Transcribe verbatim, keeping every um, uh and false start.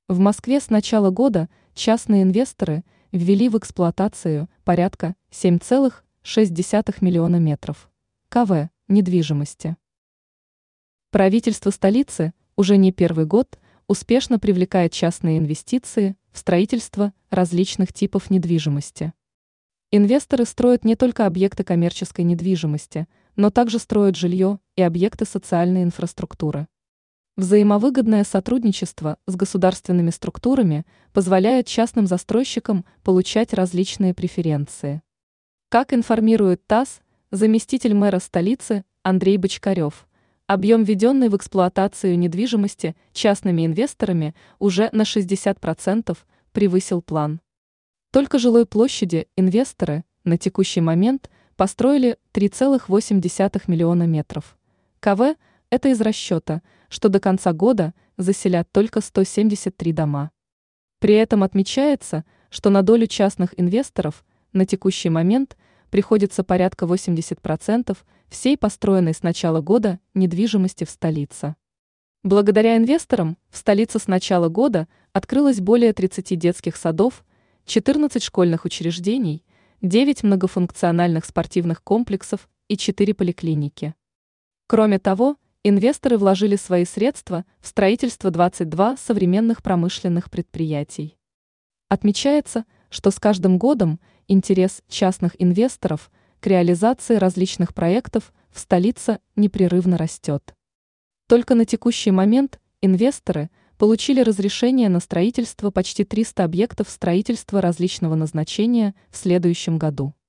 В Москве с начала года частные инвесторы ввели в эксплуатацию порядка семь целых шесть десятых миллиона метров ка-вэ недвижимости. Правительство столицы уже не первый год успешно привлекает частные инвестиции в строительство различных типов недвижимости. Инвесторы строят не только объекты коммерческой недвижимости, но также строят жилье и объекты социальной инфраструктуры. Взаимовыгодное сотрудничество с государственными структурами позволяет частным застройщикам получать различные преференции. Как информирует ТАСС, заместитель мэра столицы Андрей Бочкарев, объем введенной в эксплуатацию недвижимости частными инвесторами уже на шестьдесят процентов превысил план. Только жилой площади инвесторы на текущий момент построили три целых восемь десятых миллиона метров ка-вэ, это из расчета, что до конца года заселят только сто семьдесят три дома. При этом отмечается, что на долю частных инвесторов на текущий момент приходится порядка восемьдесят процентов всей построенной с начала года недвижимости в столице. Благодаря инвесторам в столице с начала года открылось более тридцати детских садов, четырнадцать школьных учреждений, девять многофункциональных спортивных комплексов и четыре поликлиники. Кроме того, инвесторы вложили свои средства в строительство двадцати двух современных промышленных предприятий. Отмечается, что с каждым годом интерес частных инвесторов к реализации различных проектов в столице непрерывно растет. Только на текущий момент инвесторы получили разрешение на строительство почти трёхсот объектов строительства различного назначения в следующем году.